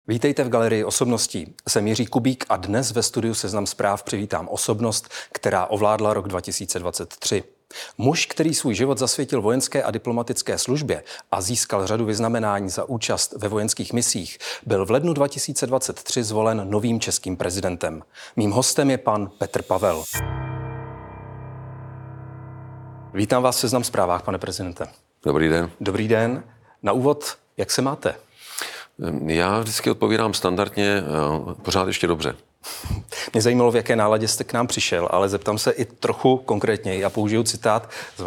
Vítejte v galerii osobností. Jsem Jiří Kubík a dnes ve studiu Seznam Zpráv přivítám osobnost, která ovládla rok 2023. Muž, který svůj život zasvětil vojenské a diplomatické službě a získal řadu vyznamenání za účast ve vojenských misích, byl v lednu 2023 zvolen novým českým prezidentem. Mým hostem je pan Petr Pavel. Vítám vás v Seznam Zprávách, pane prezidente. Dobrý den. Dobrý den. Na úvod, jak se máte? Já vždycky odpovídám standardně, pořád ještě dobře. Mě zajímalo, v jaké náladě jste k nám přišel, ale zeptám se i trochu konkrétněji a použiju citát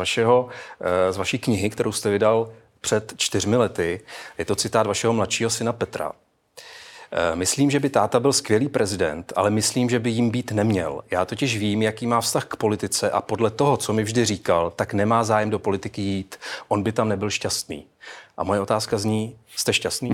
z vaší knihy, kterou jste vydal před 4 lety. Je to citát vašeho mladšího syna Petra. Myslím, že by táta byl skvělý prezident, ale myslím, že by jim být neměl. Já totiž vím, jaký má vztah k politice a podle toho, co mi vždy říkal, tak nemá zájem do politiky jít. On by tam nebyl šťastný. A moje otázka zní, jste šťastný?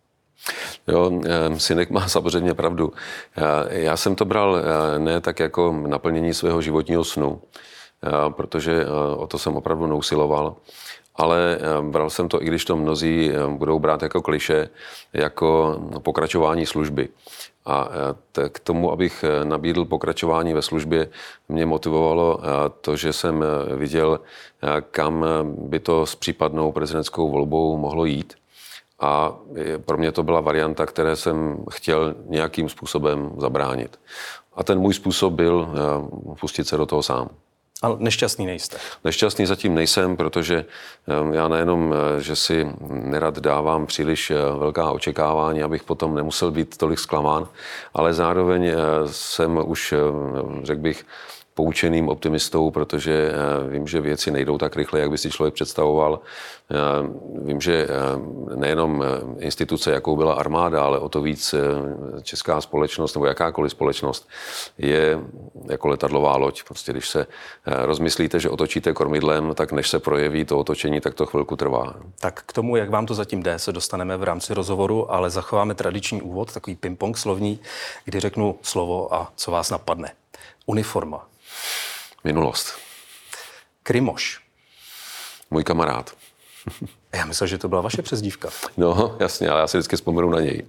Jo, synek má samozřejmě pravdu. Já jsem to bral ne tak jako naplnění svého životního snu, protože o to jsem opravdu neusiloval, ale bral jsem to, i když to mnozí budou brát jako klišé, jako pokračování služby. A k tomu, abych nabídl pokračování ve službě, mě motivovalo to, že jsem viděl, kam by to s případnou prezidentskou volbou mohlo jít. A pro mě to byla varianta, které jsem chtěl nějakým způsobem zabránit. A ten můj způsob byl pustit se do toho sám. Ale nešťastný nejste? Nešťastný zatím nejsem, protože já nejenom, že si nerad dávám příliš velká očekávání, abych potom nemusel být tolik zklamán, ale zároveň jsem už, řekl bych, poučeným optimistou, protože vím, že věci nejdou tak rychle, jak by si člověk představoval. Vím, že nejenom instituce, jakou byla armáda, ale o to víc česká společnost nebo jakákoliv společnost je jako letadlová loď. Prostě když se rozmyslíte, že otočíte kormidlem, tak než se projeví to otočení, tak to chvilku trvá. Tak k tomu, jak vám to zatím jde, se dostaneme v rámci rozhovoru, ale zachováme tradiční úvod, takový ping-pong slovní, kdy řeknu slovo a co vás napadne. Uniforma. Minulost. Krymoš. Můj kamarád. Já myslel, že to byla vaše přezdívka. No, jasně, ale já si vždycky vzpomenu na něj.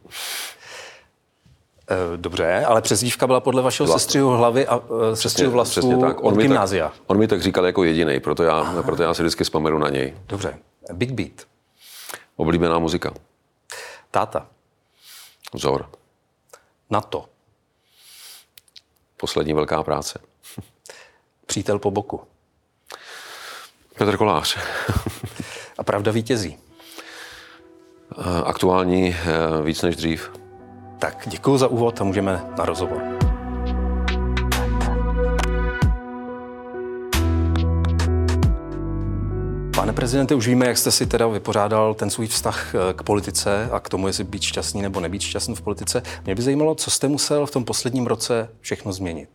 Dobře, ale přezdívka byla podle vašeho sestřihu hlavy a sestřihu vlasů od gymnázia. On mi tak říkal jako jedinej, proto já si vždycky vzpomenu na něj. Dobře. Big Beat. Oblíbená muzika. Táta. Vzor. NATO. Poslední velká práce. Přítel po boku. Petr Kolář. A pravda vítězí. Aktuální víc než dřív. Tak děkuji za úvod a můžeme na rozhovor. Pane prezidente, už víme, jak jste si teda vypořádal ten svůj vztah k politice a k tomu, jestli být šťastný nebo nebýt šťastný v politice. Mě by zajímalo, co jste musel v tom posledním roce všechno změnit.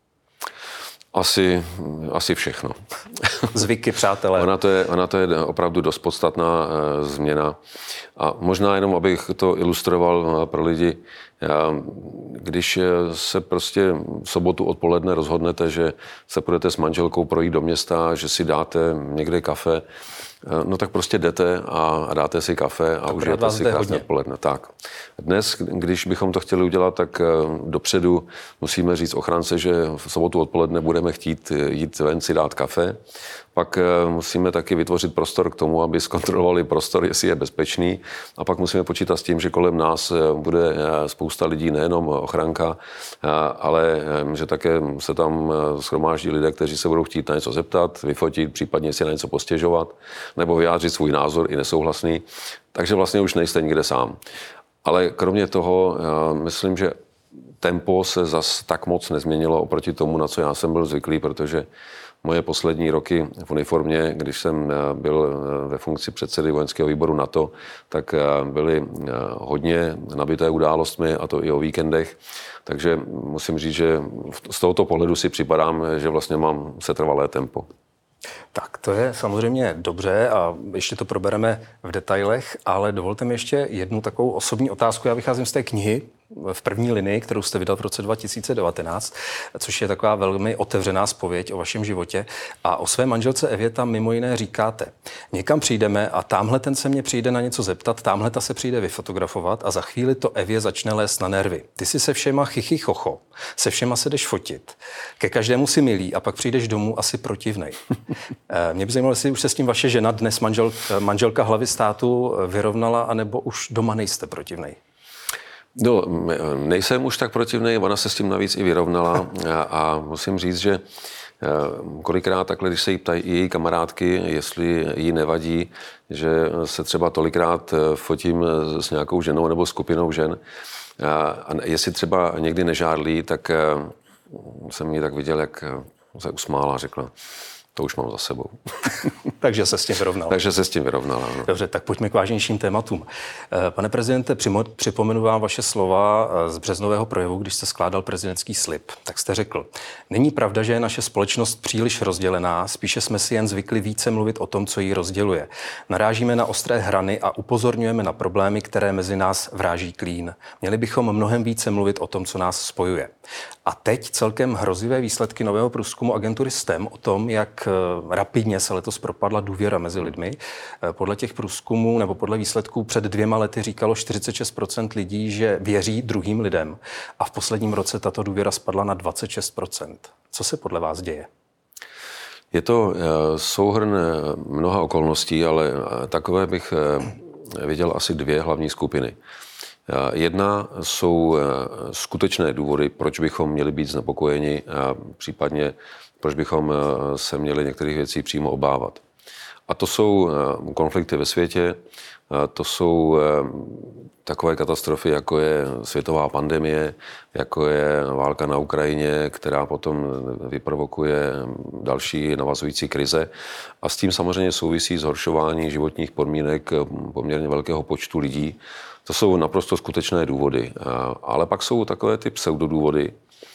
Asi všechno. Zvyky, přátelé. Ona to je opravdu dost podstatná změna. A možná jenom, abych to ilustroval pro lidi, když se prostě v sobotu odpoledne rozhodnete, že se půjdete s manželkou projít do města, že si dáte někde kafe, no tak prostě jdete a dáte si kafe a užijete si krásné odpoledne. Tak. Dnes, když bychom to chtěli udělat, tak dopředu musíme říct ochránce, že v sobotu odpoledne budeme chtít jít ven si dát kafe. Pak musíme taky vytvořit prostor k tomu, aby zkontrolovali prostor, jestli je bezpečný. A pak musíme počítat s tím, že kolem nás bude spousta lidí, nejenom ochranka, ale že také se tam shromáždí lidé, kteří se budou chtít na něco zeptat, vyfotit, případně si na něco postěžovat, nebo vyjádřit svůj názor i nesouhlasný. Takže vlastně už nejste nikde sám. Ale kromě toho, myslím, že tempo se zas tak moc nezměnilo oproti tomu, na co já jsem byl zvyklý, protože moje poslední roky v uniformě, když jsem byl ve funkci předsedy vojenského výboru NATO, tak byly hodně nabité událostmi, a to i o víkendech. Takže musím říct, že z tohoto pohledu si připadám, že vlastně mám setrvalé tempo. Tak to je samozřejmě dobře a ještě to probereme v detailech, ale dovolte mi ještě jednu takovou osobní otázku. Já vycházím z té knihy, v první linii, kterou jste vydal v roce 2019, což je taková velmi otevřená zpověď o vašem životě. A o své manželce Evě tam mimo jiné říkáte: někam přijdeme a tamhle ten se mě přijde na něco zeptat, tamhle ta se přijde vyfotografovat a za chvíli to Evě začne lézt na nervy. Ty si se všema chichy chocho, se všema se jdeš fotit, ke každému si milý a pak přijdeš domů asi protivnej. Mě by zajímalo, jestli už se s tím vaše žena, dnes manželka hlavy státu, vyrovnala, anebo už doma nejste protivnej. No, nejsem už tak protivnej, ona se s tím navíc i vyrovnala a musím říct, že kolikrát takhle, když se jí ptají i její kamarádky, jestli jí nevadí, že se třeba tolikrát fotím s nějakou ženou nebo skupinou žen a jestli třeba někdy nežárlí, tak jsem ji tak viděl, jak se usmála a řekla: to už mám za sebou. Takže se s tím vyrovnala. Takže se s tím vyrovnala. No. Dobře, tak pojďme k vážnějším tématům. Pane prezidente, připomenu vám vaše slova z březnového projevu, když jste skládal prezidentský slib. Tak jste řekl: není pravda, že je naše společnost příliš rozdělená, spíše jsme si jen zvykli více mluvit o tom, co ji rozděluje. Narážíme na ostré hrany a upozorňujeme na problémy, které mezi nás vráží klín. Měli bychom mnohem více mluvit o tom, co nás spojuje. A teď celkem hrozivé výsledky nového průzkumu agentury STEM o tom, jak rapidně se letos propadla důvěra mezi lidmi. Podle těch průzkumů nebo podle výsledků před 2 lety říkalo 46% lidí, že věří druhým lidem. A v posledním roce tato důvěra spadla na 26%. Co se podle vás děje? Je to souhrn mnoha okolností, ale takové bych viděl asi 2 hlavní skupiny. Jedna jsou skutečné důvody, proč bychom měli být znepokojeni a případně proč bychom se měli některých věcí přímo obávat. A to jsou konflikty ve světě, to jsou takové katastrofy, jako je světová pandemie, jako je válka na Ukrajině, která potom vyprovokuje další navazující krize. A s tím samozřejmě souvisí zhoršování životních podmínek poměrně velkého počtu lidí. To jsou naprosto skutečné důvody. Ale pak jsou takové ty pseudodůvody.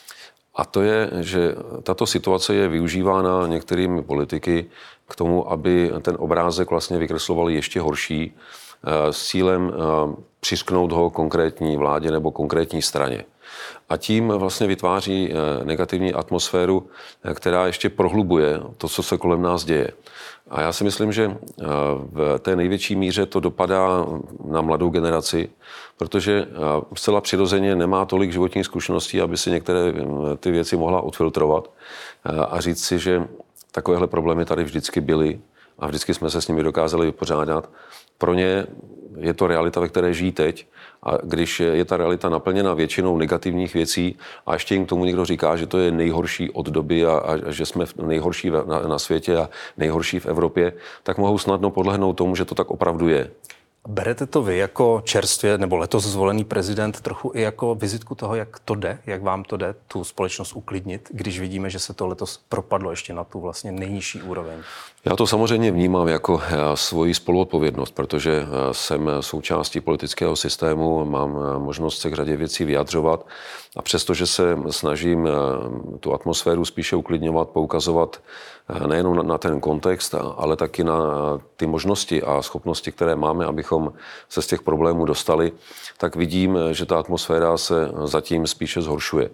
A to je, že tato situace je využívána některými politiky k tomu, aby ten obrázek vlastně vykreslovali ještě horší s cílem přisknout ho konkrétní vládě nebo konkrétní straně. A tím vlastně vytváří negativní atmosféru, která ještě prohlubuje to, co se kolem nás děje. A já si myslím, že v té největší míře to dopadá na mladou generaci, protože zcela přirozeně nemá tolik životních zkušeností, aby si některé ty věci mohla odfiltrovat a říct si, že takovéhle problémy tady vždycky byly a vždycky jsme se s nimi dokázali vypořádat. Pro ně je to realita, ve které žijí teď. A když je ta realita naplněna většinou negativních věcí a ještě jim k tomu někdo říká, že to je nejhorší od doby a že jsme nejhorší na světě a nejhorší v Evropě, tak mohou snadno podlehnout tomu, že to tak opravdu je. Berete to vy jako čerstvě nebo letos zvolený prezident trochu i jako vizitku toho, jak to jde, jak vám to jde tu společnost uklidnit, když vidíme, že se to letos propadlo ještě na tu vlastně nejnižší úroveň? Já to samozřejmě vnímám jako svoji spoluodpovědnost, protože jsem součástí politického systému, mám možnost se k řadě věcí vyjadřovat a přestože se snažím tu atmosféru spíše uklidňovat, poukazovat nejenom na ten kontext, ale taky na ty možnosti a schopnosti, které máme, abychom se z těch problémů dostali, tak vidím, že ta atmosféra se zatím spíše zhoršuje.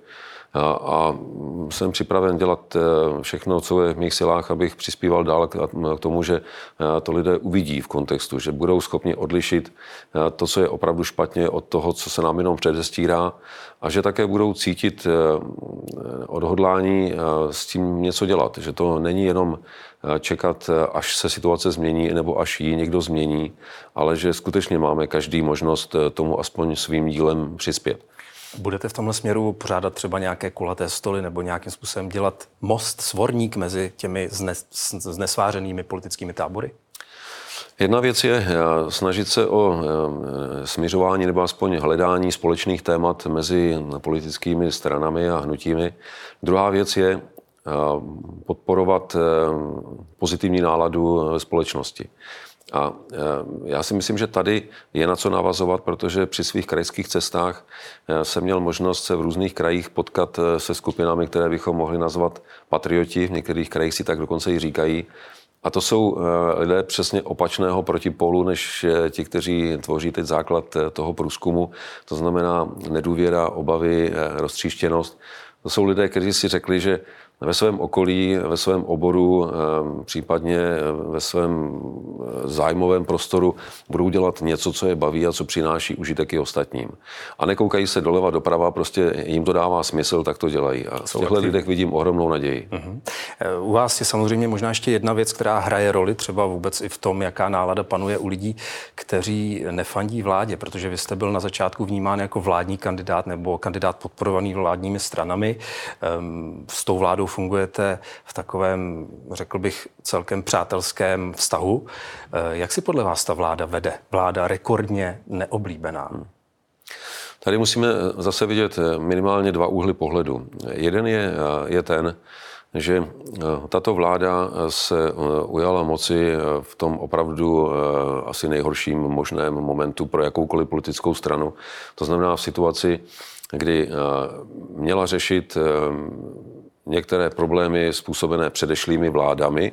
A jsem připraven dělat všechno, co je v mých silách, abych přispíval dál k tomu, že to lidé uvidí v kontextu, že budou schopni odlišit to, co je opravdu špatně, od toho, co se nám jenom předestírá a že také budou cítit odhodlání s tím něco dělat. Že to není jenom čekat, až se situace změní nebo až ji někdo změní, ale že skutečně máme každý možnost tomu aspoň svým dílem přispět. Budete v tomhle směru pořádat třeba nějaké kulaté stoly nebo nějakým způsobem dělat most, svorník mezi těmi znesvářenými politickými tábory? Jedna věc je snažit se o smiřování nebo aspoň hledání společných témat mezi politickými stranami a hnutími. Druhá věc je podporovat pozitivní náladu ve společnosti. A já si myslím, že tady je na co navazovat, protože při svých krajských cestách jsem měl možnost se v různých krajích potkat se skupinami, které bychom mohli nazvat patrioti, v některých krajích si tak dokonce i říkají. A to jsou lidé přesně opačného protipólu, než ti, kteří tvoří teď základ toho průzkumu. To znamená nedůvěra, obavy, roztříštěnost. To jsou lidé, kteří si řekli, že ve svém okolí, ve svém oboru, případně ve svém zájmovém prostoru budou dělat něco, co je baví a co přináší užitek i ostatním. A nekoukají se doleva doprava, prostě jim to dává smysl, tak to dělají. A v těchto lidech vidím ohromnou naději. U vás je samozřejmě možná ještě jedna věc, která hraje roli třeba vůbec i v tom, jaká nálada panuje u lidí, kteří nefandí vládě, protože vy jste byl na začátku vnímán jako vládní kandidát nebo kandidát podporovaný vládními stranami. S tou vládou fungujete v takovém, řekl bych, celkem přátelském vztahu. Jak si podle vás ta vláda vede? Vláda rekordně neoblíbená. Tady musíme zase vidět minimálně dva úhly pohledu. Jeden je ten, že tato vláda se ujala moci v tom opravdu asi nejhorším možném momentu pro jakoukoliv politickou stranu. To znamená v situaci, kdy měla řešit některé problémy způsobené předešlými vládami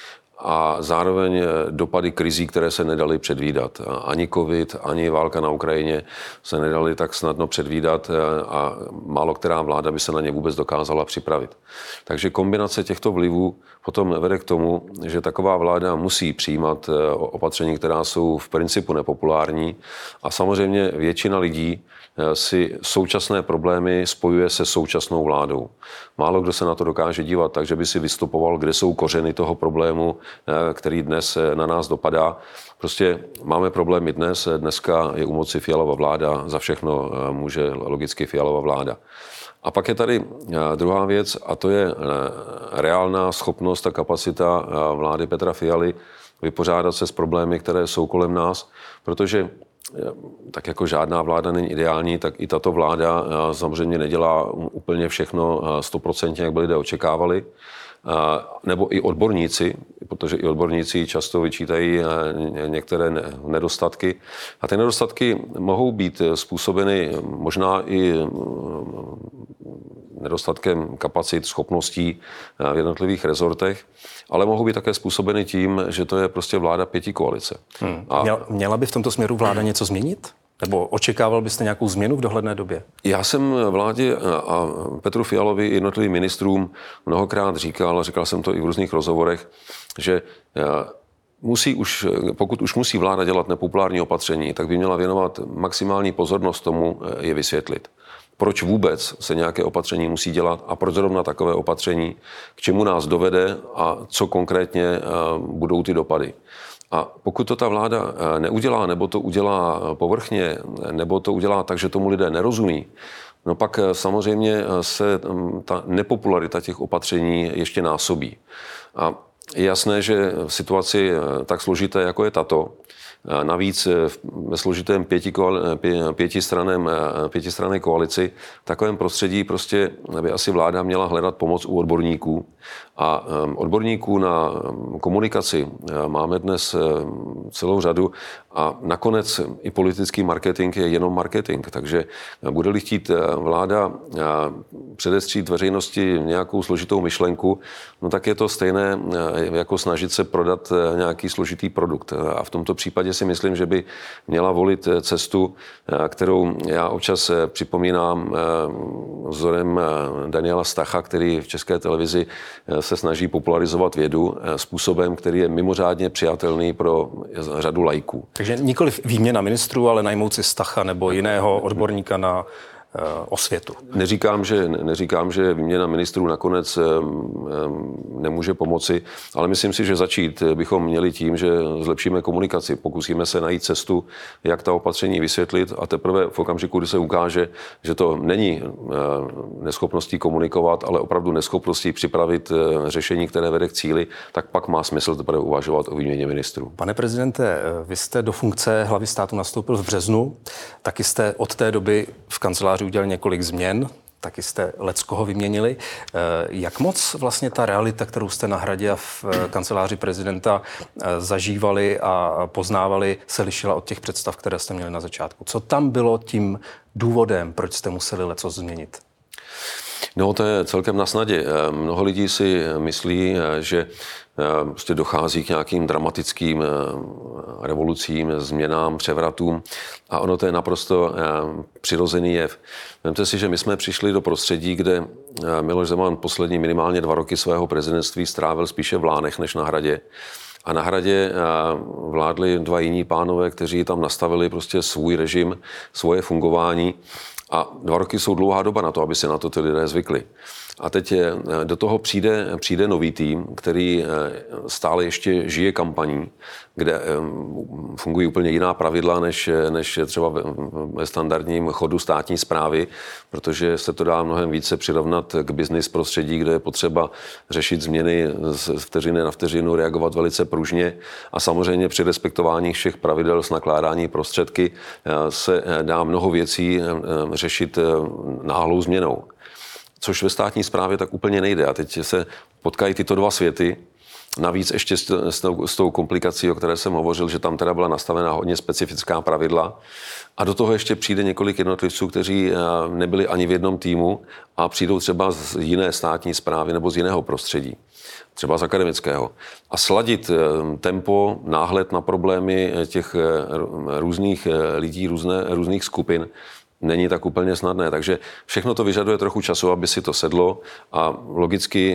a zároveň dopady krizí, které se nedaly předvídat. Ani covid, ani válka na Ukrajině se nedaly tak snadno předvídat a málo která vláda by se na ně vůbec dokázala připravit. Takže kombinace těchto vlivů potom vede k tomu, že taková vláda musí přijímat opatření, která jsou v principu nepopulární a samozřejmě většina lidí si současné problémy spojuje se současnou vládou. Málo kdo se na to dokáže dívat, takže by si vystupoval, kde jsou kořeny toho problému, který dnes na nás dopadá. Prostě máme problémy dnes, dneska je u moci Fialova vláda, za všechno může logicky Fialova vláda. A pak je tady druhá věc a to je reálná schopnost a kapacita vlády Petra Fialy vypořádat se s problémy, které jsou kolem nás, protože tak jako žádná vláda není ideální, tak i tato vláda samozřejmě nedělá úplně všechno 100%, jak by lidé očekávali. Nebo i odborníci, protože i odborníci často vyčítají některé nedostatky. A ty nedostatky mohou být způsobeny možná i nedostatkem kapacit, schopností v jednotlivých rezortech, ale mohou být také způsobeny tím, že to je prostě vláda pětikoalice. Měla by v tomto směru vláda něco změnit? Nebo očekával byste nějakou změnu v dohledné době? Já jsem vládě a Petru Fialovi i jednotlivým ministrům mnohokrát říkal jsem to i v různých rozhovorech, že pokud už musí vláda dělat nepopulární opatření, tak by měla věnovat maximální pozornost tomu je vysvětlit. Proč vůbec se nějaké opatření musí dělat a proč zrovna takové opatření, k čemu nás dovede a co konkrétně budou ty dopady. A pokud to ta vláda neudělá, nebo to udělá povrchně, nebo to udělá tak, že tomu lidé nerozumí, no pak samozřejmě se ta nepopularita těch opatření ještě násobí. A je jasné, že v situaci tak složité, jako je tato, navíc ve složitém pětistranné koalici, v takovém prostředí prostě by asi vláda měla hledat pomoc u odborníků. A odborníků na komunikaci máme dnes celou řadu a nakonec i politický marketing je jenom marketing. Takže bude-li chtít vláda předestřít veřejnosti nějakou složitou myšlenku, no tak je to stejné jako snažit se prodat nějaký složitý produkt. A v tomto případě si myslím, že by měla volit cestu, kterou já občas připomínám vzorem Daniela Stacha, který v České televizi se snaží popularizovat vědu způsobem, který je mimořádně přijatelný pro řadu laiků. Takže nikoliv výměna ministrů, ale najmout si Stacha nebo jiného odborníka na osvětu. Neříkám, že výměna ministrů nakonec nemůže pomoci, ale myslím si, že začít bychom měli tím, že zlepšíme komunikaci. Pokusíme se najít cestu, jak ta opatření vysvětlit a teprve v okamžiku, kdy se ukáže, že to není neschopností komunikovat, ale opravdu neschopností připravit řešení, které vede k cíli, tak pak má smysl teprve uvažovat o výměně ministrů. Pane prezidente, vy jste do funkce hlavy státu nastoupil v březnu, taky jste od té doby v kanceláři udělali několik změn, taky jste leckoho vyměnili. Jak moc vlastně ta realita, kterou jste na hradě a v kanceláři prezidenta zažívali a poznávali, se lišila od těch představ, které jste měli na začátku? Co tam bylo tím důvodem, proč jste museli lecos změnit? No, to je celkem na snadě. Mnoho lidí si myslí, že prostě dochází k nějakým dramatickým revolucím, změnám, převratům a ono to je naprosto přirozený jev. Vemte si, že my jsme přišli do prostředí, kde Miloš Zeman poslední minimálně 2 roky svého prezidentství strávil spíše v Lánech než na Hradě. A na Hradě vládli 2 jiní pánové, kteří tam nastavili prostě svůj režim, svoje fungování. A 2 roky jsou dlouhá doba na to, aby se na to ty lidé zvykli. A teď do toho přijde nový tým, který stále ještě žije kampaní, kde fungují úplně jiná pravidla, než třeba ve standardním chodu státní správy, protože se to dá mnohem více přirovnat k business prostředí, kde je potřeba řešit změny z vteřiny na vteřinu, reagovat velice pružně a samozřejmě při respektování všech pravidel s nakládání prostředky se dá mnoho věcí řešit náhlou změnou. Což ve státní správě tak úplně nejde. A teď se potkají tyto 2 světy, navíc ještě s tou komplikací, o které jsem hovořil, že tam teda byla nastavená hodně specifická pravidla. A do toho ještě přijde několik jednotlivců, kteří nebyli ani v jednom týmu a přijdou třeba z jiné státní správy nebo z jiného prostředí, třeba z akademického. A sladit tempo, náhled na problémy těch různých lidí, různých skupin, není tak úplně snadné, takže všechno to vyžaduje trochu času, aby si to sedlo a logicky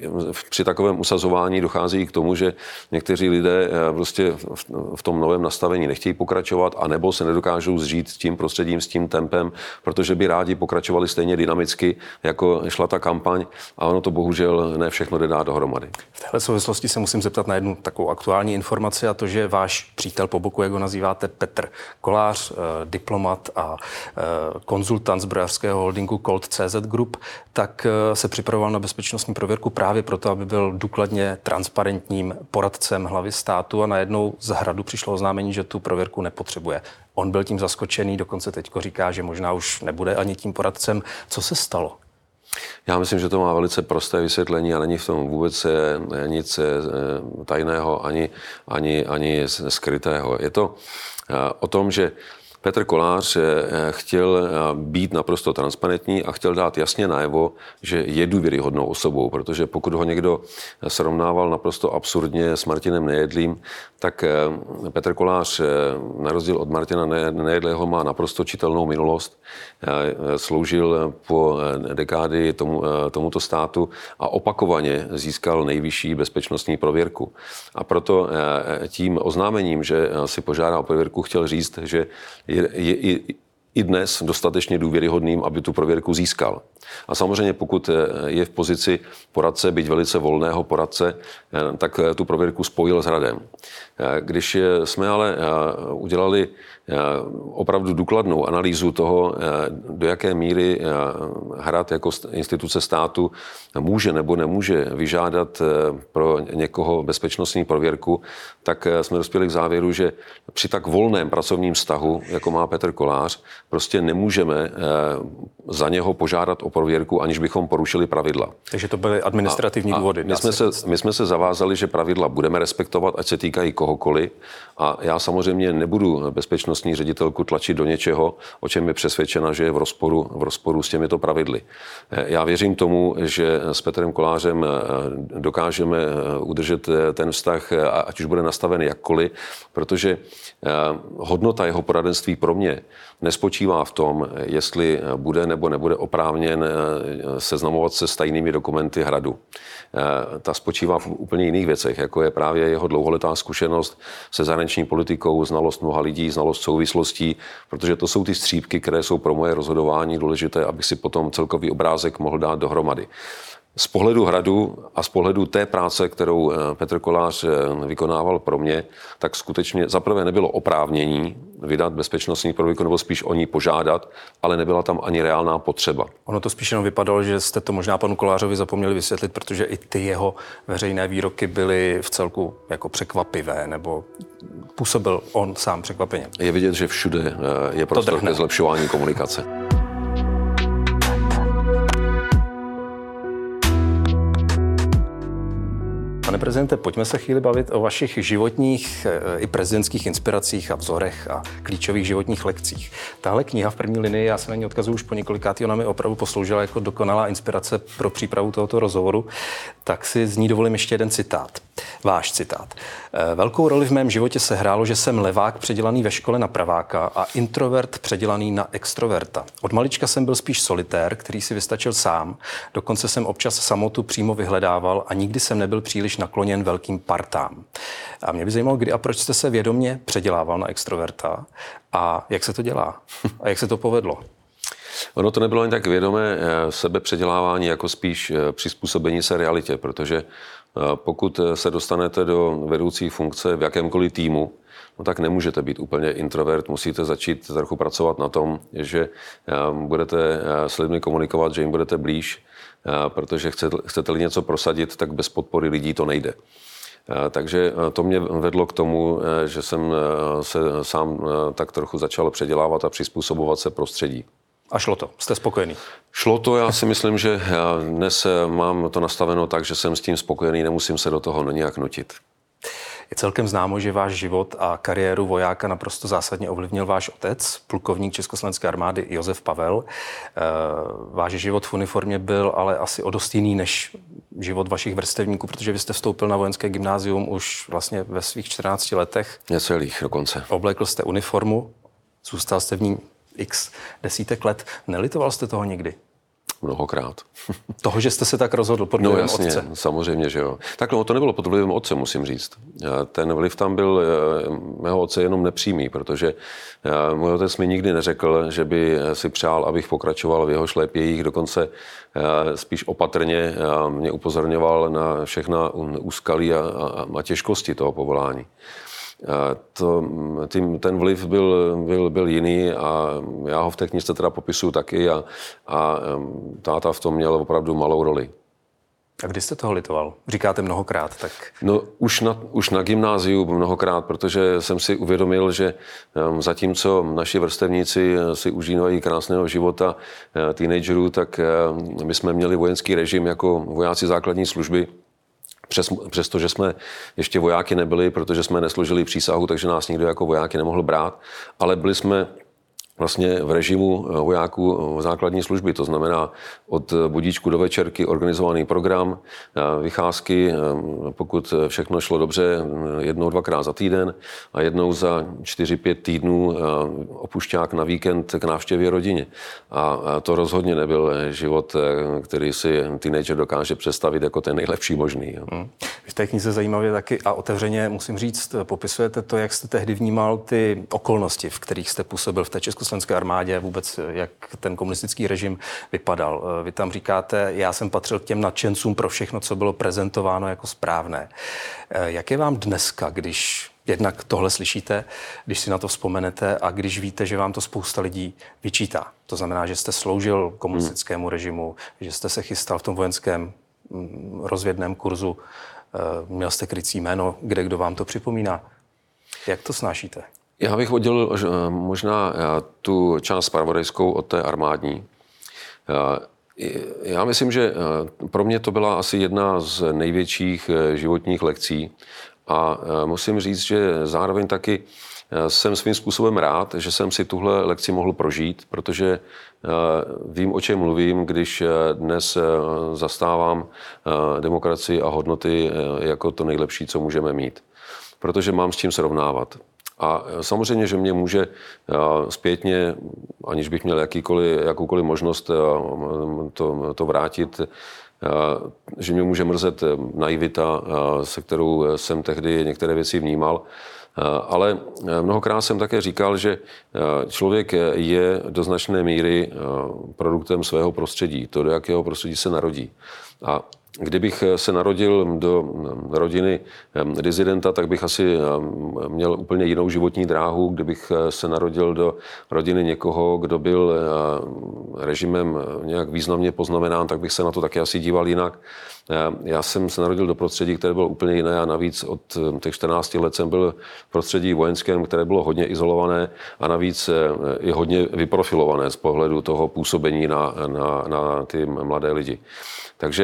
při takovém usazování dochází k tomu, že někteří lidé prostě v tom novém nastavení nechtějí pokračovat a nebo se nedokážou zžít s tím prostředím, s tím tempem, protože by rádi pokračovali stejně dynamicky, jako šla ta kampaň a ono to bohužel ne všechno jde dát dohromady. V téhle souvislosti se musím zeptat na jednu takovou aktuální informaci a to, že váš přítel po boku, jak ho nazýváte, Petr Kolář, diplomat a konzultant zbrojařského holdingu Colt CZ Group, tak se připravoval na bezpečnostní prověrku právě proto, aby byl důkladně transparentním poradcem hlavy státu a najednou z Hradu přišlo oznámení, že tu prověrku nepotřebuje. On byl tím zaskočený, dokonce teďko říká, že možná už nebude ani tím poradcem. Co se stalo? Já myslím, že to má velice prosté vysvětlení a není v tom vůbec nic tajného ani skrytého. Je to o tom, že Petr Kolář chtěl být naprosto transparentní a chtěl dát jasně najevo, že je důvěryhodnou osobou, protože pokud ho někdo srovnával naprosto absurdně s Martinem Nejedlým, tak Petr Kolář na rozdíl od Martina Nejedlého má naprosto čitelnou minulost, sloužil po dekády tomuto státu a opakovaně získal nejvyšší bezpečnostní prověrku. A proto tím oznámením, že si požádá o prověrku, chtěl říct, že je i dnes dostatečně důvěryhodným, aby tu prověrku získal. A samozřejmě pokud je v pozici poradce, byť velice volného poradce, tak tu prověrku spojil s Hradem. Když jsme ale udělali opravdu důkladnou analýzu toho, do jaké míry Hrad jako instituce státu může nebo nemůže vyžádat pro někoho bezpečnostní prověrku, tak jsme dospěli k závěru, že při tak volném pracovním vztahu, jako má Petr Kolář, prostě nemůžeme za něho požádat o prověrku, aniž bychom porušili pravidla. Takže to byly administrativní důvody. My jsme se zavázali, že pravidla budeme respektovat, ať se týkají kohokoliv. A já samozřejmě nebudu bezpečnostní ředitelku tlačit do něčeho, o čem je přesvědčena, že je v rozporu s těmito pravidly. Já věřím tomu, že s Petrem Kolářem dokážeme udržet ten vztah, ať už bude nastaven jakkoliv, protože hodnota jeho poradenství pro mě nespočívá v tom, jestli bude nebo nebude oprávněn seznamovat se s tajnými dokumenty Hradu. Ta spočívá v úplně jiných věcech, jako je právě jeho dlouholetá zkušenost se zahraniční politikou, znalost mnoha lidí, znalost souvislostí, protože to jsou ty střípky, které jsou pro moje rozhodování důležité, abych si potom celkový obrázek mohl dát dohromady. Z pohledu Hradu a z pohledu té práce, kterou Petr Kolář vykonával pro mě, tak skutečně zaprvé nebylo oprávnění vydat bezpečnostní prověrku, nebo spíš o ní požádat, ale nebyla tam ani reálná potřeba. Ono to spíš jenom vypadalo, že jste to možná panu Kolářovi zapomněli vysvětlit, protože i ty jeho veřejné výroky byly v celku jako překvapivé, nebo působil on sám překvapeně. Je vidět, že všude je prostor ke zlepšování komunikace. Pane prezidente, pojďme se chvíli bavit o vašich životních i prezidentských inspiracích a vzorech a klíčových životních lekcích. Tahle kniha v první linii, já se na ní odkazuju už po několikátý, ona mi opravdu posloužila jako dokonalá inspirace pro přípravu tohoto rozhovoru, tak si z ní dovolím ještě jeden citát. Váš citát. Velkou roli v mém životě se hrálo, že jsem levák předělaný ve škole na praváka a introvert předělaný na extroverta. Od malička jsem byl spíš solitér, který si vystačil sám, dokonce jsem občas samotu přímo vyhledával a nikdy jsem nebyl příliš nakloněn velkým partám. A mě by zajímalo, kdy a proč jste se vědomě předělával na extroverta a jak se to dělá a jak se to povedlo. Ono to nebylo ani tak vědomé sebepředělávání, jako spíš přizpůsobení se realitě, protože pokud se dostanete do vedoucí funkce v jakémkoliv týmu, no tak nemůžete být úplně introvert, musíte začít trochu pracovat na tom, že budete s lidmi komunikovat, že jim budete blíž, protože chcete-li něco prosadit, tak bez podpory lidí to nejde. Takže to mě vedlo k tomu, že jsem se sám tak trochu začal předělávat a přizpůsobovat se prostředí. A šlo to? Jste spokojený? Šlo to, já si myslím, že já dnes mám to nastaveno tak, že jsem s tím spokojený, nemusím se do toho nějak nutit. Je celkem známo, že váš život a kariéru vojáka naprosto zásadně ovlivnil váš otec, plukovník Československé armády Josef Pavel. Váš život v uniformě byl ale asi o dost jiný než život vašich vrstevníků, protože vy jste vstoupil na vojenské gymnázium už vlastně ve svých 14 letech. Necelých dokonce. Oblékl jste uniformu, zůstal jste v ní x desítek let. Nelitoval jste toho nikdy? Mnohokrát. Toho, že jste se tak rozhodl pod vlivem otce? No jasně, samozřejmě, že jo. Takhle, to nebylo pod vlivem otce, musím říct. Ten vliv tam byl mého otce jenom nepřímý, protože můj otec mi nikdy neřekl, že by si přál, abych pokračoval v jeho šlépějích, dokonce spíš opatrně mě upozorňoval na všechna úskalí a těžkosti toho povolání. Ten vliv byl jiný a já ho v té knižce teda popisuju taky a táta v tom měl opravdu malou roli. A kdy jste toho litoval? Říkáte mnohokrát, tak... No už na gymnáziu mnohokrát, protože jsem si uvědomil, že zatímco naši vrstevníci si užívají krásného života teenagerů, tak my jsme měli vojenský režim jako vojáci základní služby. Přestože jsme ještě vojáky nebyli, protože jsme nesložili přísahu, takže nás nikdo jako vojáky nemohl brát, ale byli jsme vlastně v režimu vojáků základní služby, to znamená od budíčku do večerky organizovaný program, vycházky, pokud všechno šlo dobře, jednou, dvakrát za týden a jednou za 4-5 týdnů opušťák na víkend k návštěvě rodině. A to rozhodně nebyl život, který si teenager dokáže představit jako ten nejlepší možný. V té knize zajímavě taky a otevřeně musím říct, popisujete to, jak jste tehdy vnímal ty okolnosti, v kterých jste působil v té československé armádě, vůbec jak ten komunistický režim vypadal. Vy tam říkáte, já jsem patřil k těm nadšencům pro všechno, co bylo prezentováno jako správné. Jak je vám dneska, když jednak tohle slyšíte, když si na to vzpomenete a když víte, že vám to spousta lidí vyčítá? To znamená, že jste sloužil komunistickému režimu, že jste se chystal v tom vojenském rozvědném kurzu, měl jste krycí jméno, kde kdo vám to připomíná. Jak to snášíte? Já bych oddělil možná tu část zpravodajskou od té armádní. Já myslím, že pro mě to byla asi jedna z největších životních lekcí a musím říct, že zároveň taky jsem svým způsobem rád, že jsem si tuhle lekci mohl prožít, protože vím, o čem mluvím, když dnes zastávám demokracii a hodnoty jako to nejlepší, co můžeme mít. Protože mám s čím srovnávat. A samozřejmě, že mě může zpětně, aniž bych měl jakoukoliv možnost to vrátit, že mě může mrzet naivita, se kterou jsem tehdy některé věci vnímal. Ale mnohokrát jsem také říkal, že člověk je do značné míry produktem svého prostředí, to, do jakého prostředí se narodí. A kdybych se narodil do rodiny disidenta, tak bych asi měl úplně jinou životní dráhu. Kdybych se narodil do rodiny někoho, kdo byl režimem nějak významně poznamenán, tak bych se na to taky asi díval jinak. Já jsem se narodil do prostředí, které bylo úplně jiné a navíc od těch 14 let jsem byl v prostředí vojenském, které bylo hodně izolované a navíc i hodně vyprofilované z pohledu toho působení na ty mladé lidi. Takže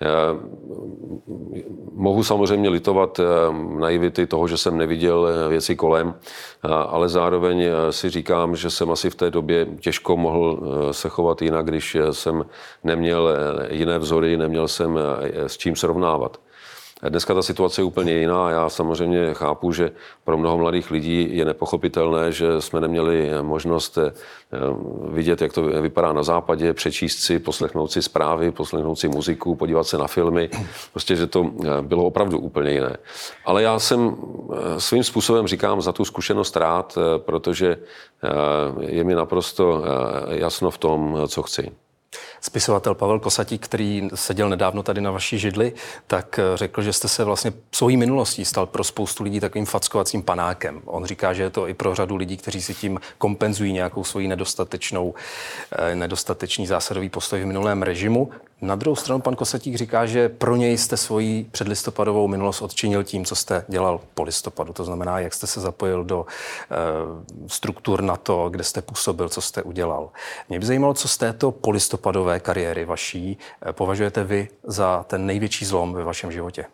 Mohu samozřejmě litovat naivity toho, že jsem neviděl věci kolem, ale zároveň si říkám, že jsem asi v té době těžko mohl se chovat jinak, když jsem neměl jiné vzory, neměl jsem s čím srovnávat. Dneska ta situace je úplně jiná. Já samozřejmě chápu, že pro mnoho mladých lidí je nepochopitelné, že jsme neměli možnost vidět, jak to vypadá na západě, přečíst si, poslechnout si zprávy, poslechnout si muziku, podívat se na filmy. Prostě, že to bylo opravdu úplně jiné. Ale já jsem svým způsobem říkám za tu zkušenost rád, protože je mi naprosto jasno v tom, co chci. Spisovatel Pavel Kosatík, který seděl nedávno tady na vaší židli, tak řekl, že jste se vlastně svojí minulostí stal pro spoustu lidí takovým fackovacím panákem. On říká, že je to i pro řadu lidí, kteří si tím kompenzují nějakou svoji nedostatečný zásadový postoj v minulém režimu. Na druhou stranu pan Kosatík říká, že pro něj jste svoji předlistopadovou minulost odčinil tím, co jste dělal po listopadu. To znamená, jak jste se zapojil do struktur NATO, kde jste působil, co jste udělal. Mě by zajímalo, co z této polistopadové kariéry vaší považujete vy za ten největší zlom ve vašem životě?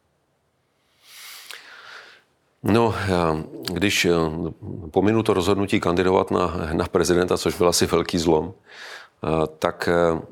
No, když pominu to rozhodnutí kandidovat na prezidenta, což byl asi velký zlom, tak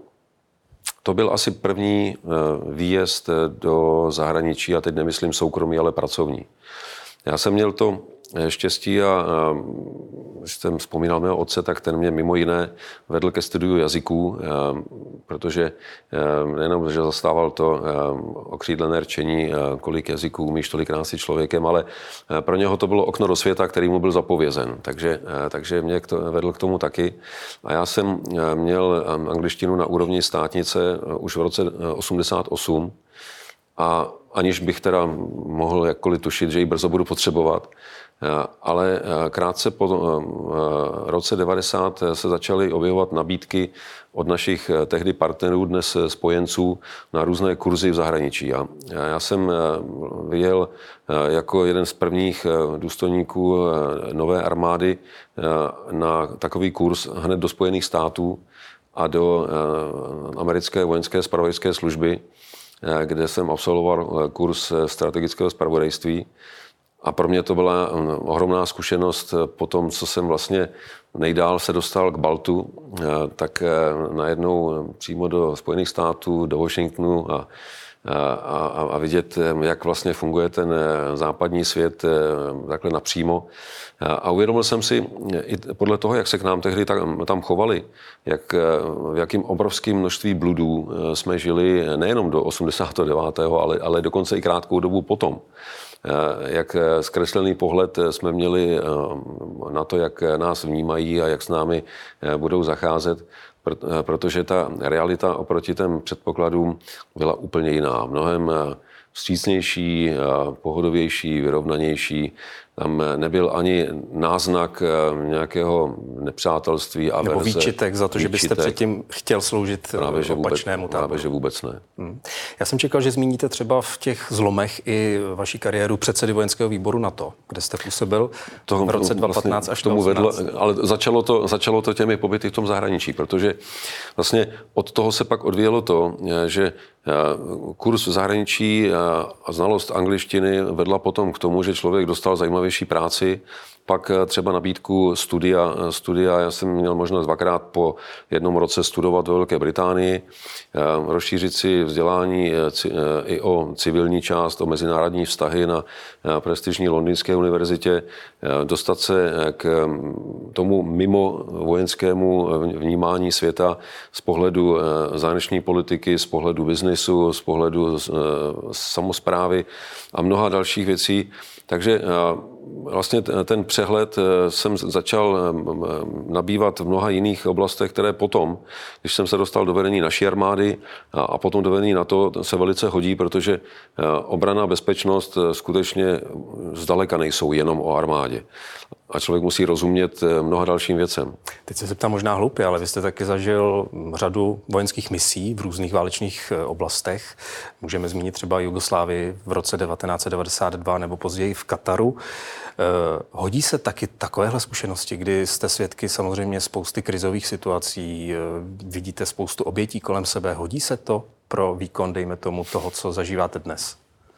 to byl asi první výjezd do zahraničí, a teď nemyslím soukromý, ale pracovní. Já jsem měl to štěstí a když jsem vzpomínal mého otce, tak ten mě mimo jiné vedl ke studiu jazyků, protože nejenom, že zastával to okřídlené rčení, kolik jazyků umíš, tolikrát si člověkem, ale pro něho to bylo okno do světa, který mu byl zapovězen. Takže mě vedl k tomu taky. A já jsem měl angličtinu na úrovni státnice už v roce 1988 a aniž bych teda mohl jakkoliv tušit, že ji brzo budu potřebovat. Ale krátce po roce 90 se začaly objevovat nabídky od našich tehdy partnerů, dnes spojenců, na různé kurzy v zahraničí. A já jsem vyjel jako jeden z prvních důstojníků nové armády na takový kurz hned do Spojených států a do americké vojenské zpravodajské služby, kde jsem absolvoval kurz strategického zpravodajství. A pro mě to byla ohromná zkušenost po tom, co jsem vlastně nejdál se dostal k Baltu, tak najednou přímo do Spojených států, do Washingtonu a vidět, jak vlastně funguje ten západní svět takhle napřímo. A uvědomil jsem si i podle toho, jak se k nám tehdy tam chovali, v jakým obrovským množství bludů jsme žili nejenom do 89., ale dokonce i krátkou dobu potom. Jak zkreslený pohled jsme měli na to, jak nás vnímají a jak s námi budou zacházet, protože ta realita oproti těm předpokladům byla úplně jiná. Mnohem vstřícnější, pohodovější, vyrovnanější. Tam nebyl ani náznak nějakého nepřátelství a nebo výčitek za to, že byste předtím chtěl sloužit opačnému táboru. Právě, že vůbec ne. Já jsem čekal, že zmíníte třeba v těch zlomech i vaši kariéru předsedy vojenského výboru NATO, kde jste působil v roce 2015 až 2018. Ale začalo to těmi pobyty v tom zahraničí, protože vlastně od toho se pak odvíjelo to, že kurz v zahraničí a znalost angličtiny vedla potom k tomu, že člověk dostal zajímavější práci, pak třeba nabídku studia. Já jsem měl možnost dvakrát po jednom roce studovat ve Velké Británii, rozšířit si vzdělání i o civilní část, o mezinárodní vztahy na prestižní Londýnské univerzitě, dostat se k tomu mimo vojenskému vnímání světa z pohledu zahraniční politiky, z pohledu biznisu, z pohledu samosprávy a mnoha dalších věcí. Takže vlastně ten přehled jsem začal nabývat v mnoha jiných oblastech, které potom, když jsem se dostal do vedení naší armády a potom do vedení NATO, se velice hodí, protože obrana a bezpečnost skutečně zdaleka nejsou jenom o armádě. A člověk musí rozumět mnoha dalším věcem. Teď se zeptám možná hloupě, ale vy jste taky zažil řadu vojenských misí v různých válečných oblastech. Můžeme zmínit třeba Jugoslávii v roce 1992 nebo později v Kataru. Hodí se taky takovéhle zkušenosti, kdy jste svědky samozřejmě spousty krizových situací, vidíte spoustu obětí kolem sebe. Hodí se to pro výkon, dejme tomu, toho, co zažíváte dnes?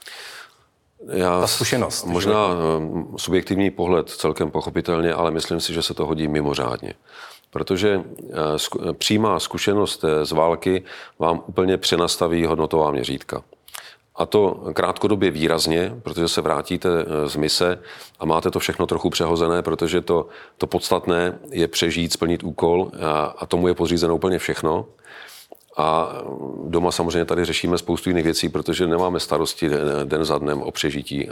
Já Ta zkušenost. Možná subjektivní pohled celkem pochopitelně, ale myslím si, že se to hodí mimořádně. Protože přímá zkušenost z války vám úplně přenastaví hodnotová měřítka. A to krátkodobě výrazně, protože se vrátíte z mise a máte to všechno trochu přehozené, protože to podstatné je přežít, splnit úkol a tomu je podřízeno úplně všechno. A doma samozřejmě tady řešíme spoustu jiných věcí, protože nemáme starosti den za dnem o přežití.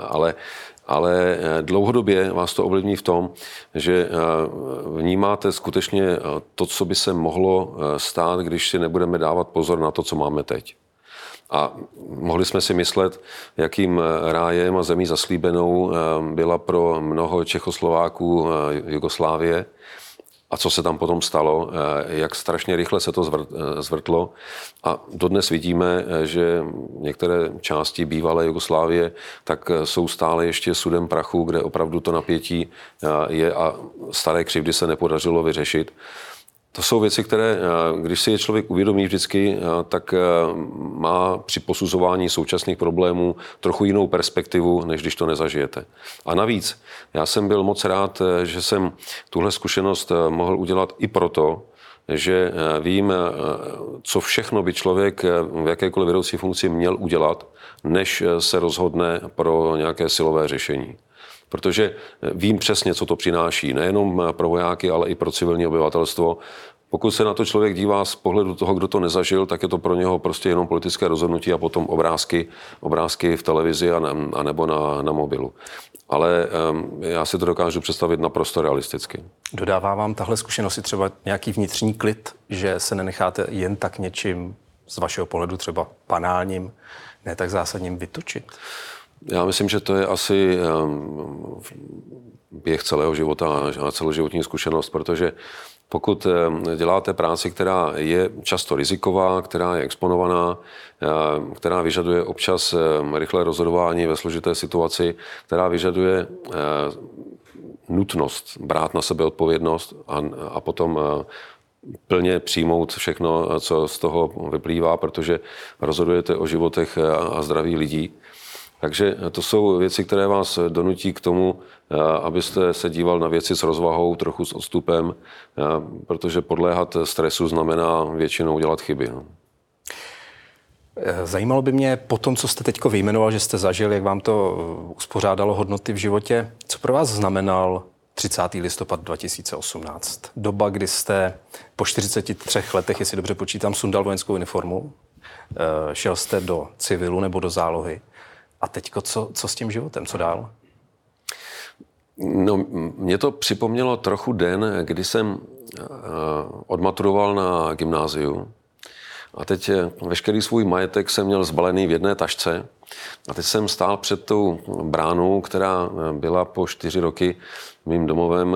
Ale dlouhodobě vás to ovlivní v tom, že vnímáte skutečně to, co by se mohlo stát, když si nebudeme dávat pozor na to, co máme teď. A mohli jsme si myslet, jakým rájem a zemí zaslíbenou byla pro mnoho Čechoslováků Jugoslávie a co se tam potom stalo, jak strašně rychle se to zvrtlo. A dodnes vidíme, že některé části bývalé Jugoslávie tak jsou stále ještě sudem prachu, kde opravdu to napětí je a staré křivdy se nepodařilo vyřešit. To jsou věci, které, když si je člověk uvědomí vždycky, tak má při posuzování současných problémů trochu jinou perspektivu, než když to nezažijete. A navíc, já jsem byl moc rád, že jsem tuhle zkušenost mohl udělat i proto, že vím, co všechno by člověk v jakékoliv vedoucí funkci měl udělat, než se rozhodne pro nějaké silové řešení. Protože vím přesně, co to přináší, nejenom pro vojáky, ale i pro civilní obyvatelstvo. Pokud se na to člověk dívá z pohledu toho, kdo to nezažil, tak je to pro něho prostě jenom politické rozhodnutí a potom obrázky v televizi a nebo na mobilu. Ale já si to dokážu představit naprosto realisticky. Dodává vám tahle zkušenost i třeba nějaký vnitřní klid, že se nenecháte jen tak něčím z vašeho pohledu třeba banálním, ne tak zásadním vytočit? Já myslím, že to je asi běh celého života a celoživotní zkušenost, protože pokud děláte práci, která je často riziková, která je exponovaná, která vyžaduje občas rychlé rozhodování ve složité situaci, která vyžaduje nutnost brát na sebe odpovědnost a potom plně přijmout všechno, co z toho vyplývá, protože rozhodujete o životech a zdraví lidí. Takže to jsou věci, které vás donutí k tomu, abyste se díval na věci s rozvahou, trochu s odstupem, protože podléhat stresu znamená většinou dělat chyby. Zajímalo by mě po tom, co jste teďko vyjmenoval, že jste zažil, jak vám to uspořádalo hodnoty v životě, co pro vás znamenal 30. listopad 2018? Doba, kdy jste po 43 letech, jestli dobře počítám, sundal vojenskou uniformu, šel jste do civilu nebo do zálohy. A teďko co s tím životem, co dál? No, mě to připomnělo trochu den, kdy jsem odmaturoval na gymnáziu. A teď veškerý svůj majetek jsem měl zbalený v jedné tašce. A teď jsem stál před tou bránou, která byla po 4 roky mým domovem,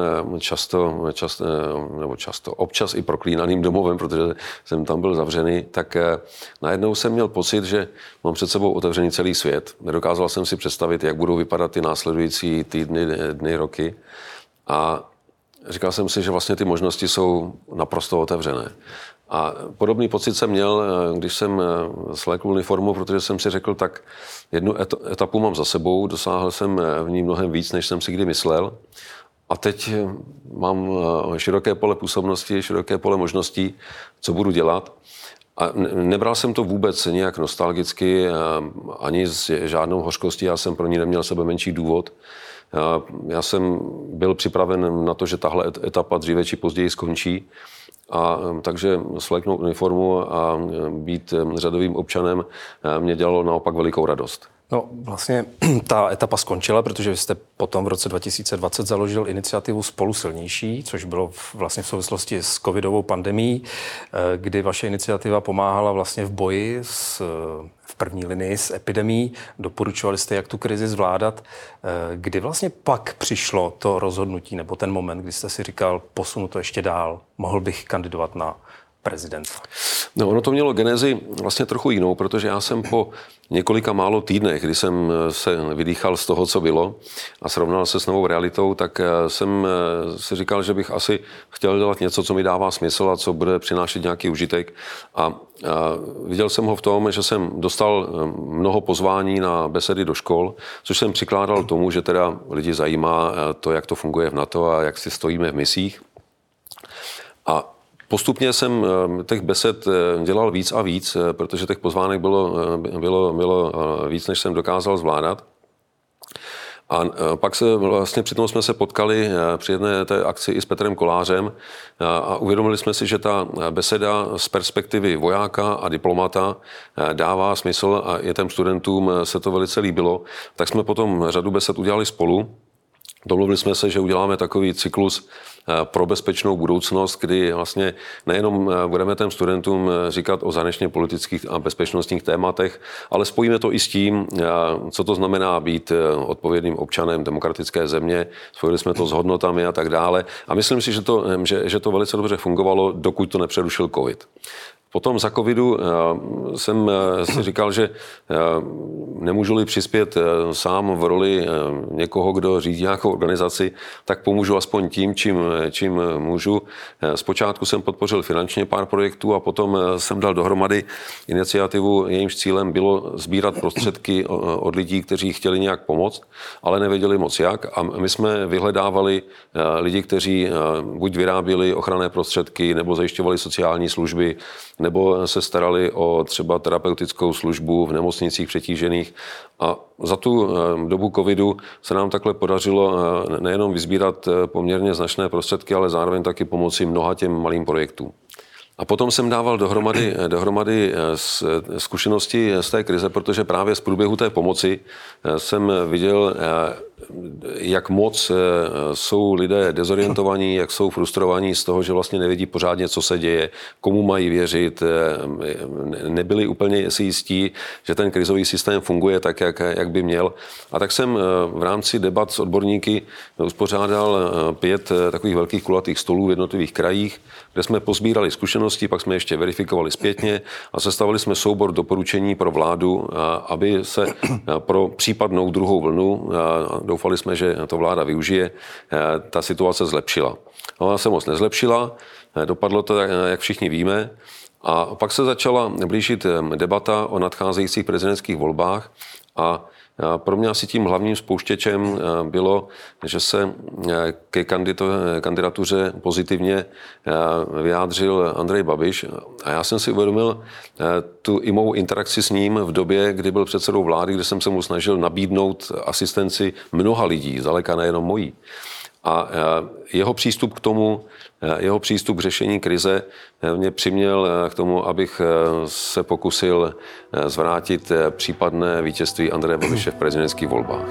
občas i proklínaným domovem, protože jsem tam byl zavřený, tak najednou jsem měl pocit, že mám před sebou otevřený celý svět. Nedokázal jsem si představit, jak budou vypadat ty následující týdny, dny, roky. A říkal jsem si, že vlastně ty možnosti jsou naprosto otevřené. A podobný pocit jsem měl, když jsem svlékl uniformu, protože jsem si řekl, tak jednu etapu mám za sebou, dosáhl jsem v ní mnohem víc, než jsem si kdy myslel. A teď mám široké pole působnosti, široké pole možností, co budu dělat. A nebral jsem to vůbec nějak nostalgicky, ani s žádnou hořkostí, já jsem pro ní neměl sebe menší důvod. Já jsem byl připraven na to, že tahle etapa dříve či později skončí. A takže svléknout uniformu a být řadovým občanem mě dělalo naopak velikou radost. No vlastně ta etapa skončila, protože vy jste potom v roce 2020 založil iniciativu Spolu silnější, což bylo vlastně v souvislosti s covidovou pandemií, kdy vaše iniciativa pomáhala vlastně v boji v první linii s epidemií. Doporučovali jste, jak tu krizi zvládat. Kdy vlastně pak přišlo to rozhodnutí nebo ten moment, kdy jste si říkal, posunu to ještě dál, mohl bych kandidovat na prezidenta? No, ono to mělo genezi vlastně trochu jinou, protože já jsem po několika málo týdnech, kdy jsem se vydýchal z toho, co bylo a srovnal se s novou realitou, tak jsem si říkal, že bych asi chtěl dělat něco, co mi dává smysl a co bude přinášet nějaký užitek. A viděl jsem ho v tom, že jsem dostal mnoho pozvání na besedy do škol, což jsem přikládal tomu, že teda lidi zajímá to, jak to funguje v NATO a jak si stojíme v misích. A postupně jsem těch besed dělal víc a víc, protože těch pozvánek bylo víc, než jsem dokázal zvládat. A pak přitom jsme se potkali při jedné té akci i s Petrem Kolářem a uvědomili jsme si, že ta beseda z perspektivy vojáka a diplomata dává smysl a i těm studentům se to velice líbilo. Tak jsme potom řadu besed udělali spolu. Domluvili jsme se, že uděláme takový cyklus pro bezpečnou budoucnost, kdy vlastně nejenom budeme těm studentům říkat o zahraničně politických a bezpečnostních tématech, ale spojíme to i s tím, co to znamená být odpovědným občanem demokratické země. Spojili jsme to s hodnotami a tak dále. A myslím si, že to velice dobře fungovalo, dokud to nepřerušil covid. Potom za covidu jsem si říkal, že nemůžu-li přispět sám v roli někoho, kdo řídí nějakou organizaci, tak pomůžu aspoň tím, čím můžu. Zpočátku jsem podpořil finančně pár projektů a potom jsem dal dohromady iniciativu, jejímž cílem bylo sbírat prostředky od lidí, kteří chtěli nějak pomoct, ale nevěděli moc jak. A my jsme vyhledávali lidi, kteří buď vyráběli ochranné prostředky, nebo zajišťovali sociální služby, nebo se starali o třeba terapeutickou službu v nemocnicích přetížených. A za tu dobu covidu se nám takhle podařilo nejenom vysbírat poměrně značné prostředky, ale zároveň taky pomoci mnoha těm malým projektům. A potom jsem dával dohromady zkušenosti z té krize, protože právě z průběhu té pomoci jsem viděl, jak moc jsou lidé dezorientovaní, jak jsou frustrovaní z toho, že vlastně nevědí pořádně, co se děje, komu mají věřit, nebyli úplně si jistí, že ten krizový systém funguje tak, jak by měl. A tak jsem v rámci debat s odborníky uspořádal 5 takových velkých kulatých stolů v jednotlivých krajích, kde jsme pozbírali zkušenosti, pak jsme ještě verifikovali zpětně a sestavili jsme soubor doporučení pro vládu, aby se pro případnou druhou vlnu, doufali jsme, že to vláda využije, ta situace zlepšila. Ona se moc nezlepšila, dopadlo to, jak všichni víme, a pak se začala blížit debata o nadcházejících prezidentských volbách a pro mě asi tím hlavním spouštěčem bylo, že se ke kandidatuře pozitivně vyjádřil Andrej Babiš a já jsem si uvědomil tu i mou interakci s ním v době, kdy byl předsedou vlády, kde jsem se mu snažil nabídnout asistenci mnoha lidí, zdaleka nejenom mojí. A jeho přístup k tomu, jeho přístup k řešení krize mě přiměl k tomu, abych se pokusil zvrátit případné vítězství Andreje Babiše v prezidentských volbách.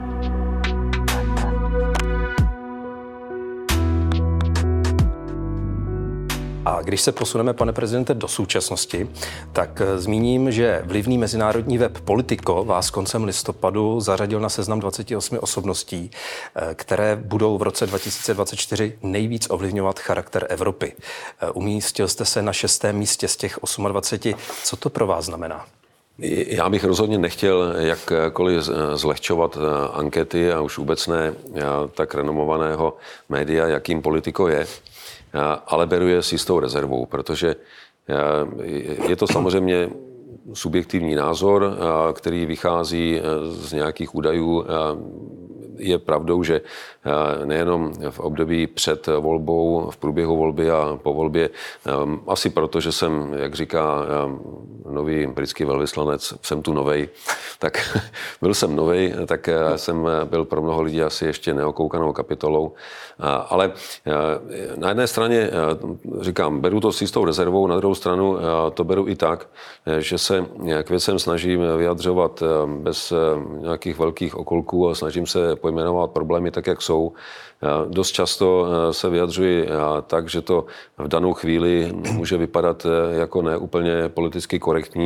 A když se posuneme, pane prezidente, do současnosti, tak zmíním, že vlivný mezinárodní web Politico vás koncem listopadu zařadil na seznam 28 osobností, které budou v roce 2024 nejvíc ovlivňovat charakter Evropy. Umístil jste se na 6. místě z těch 28. Co to pro vás znamená? Já bych rozhodně nechtěl jakkoliv zlehčovat ankety a už vůbec ne tak renomovaného média, jakým Politico je, ale beru je s jistou rezervou, protože je to samozřejmě subjektivní názor, který vychází z nějakých údajů. Je pravdou, že nejenom v období před volbou, v průběhu volby a po volbě, asi proto, že jsem, jak říká nový britský velvyslanec, jsem tu novej, tak byl jsem novej, tak jsem byl pro mnoho lidí asi ještě neokoukanou kapitolou. Ale na jedné straně říkám, beru to s jistou rezervou, na druhou stranu to beru i tak, že se k věcem snažím vyjadřovat bez nějakých velkých okolků a snažím se pojmenovat problémy tak, jak jsou. Dost často se vyjadřuji tak, že to v danou chvíli může vypadat jako neúplně politicky korektní,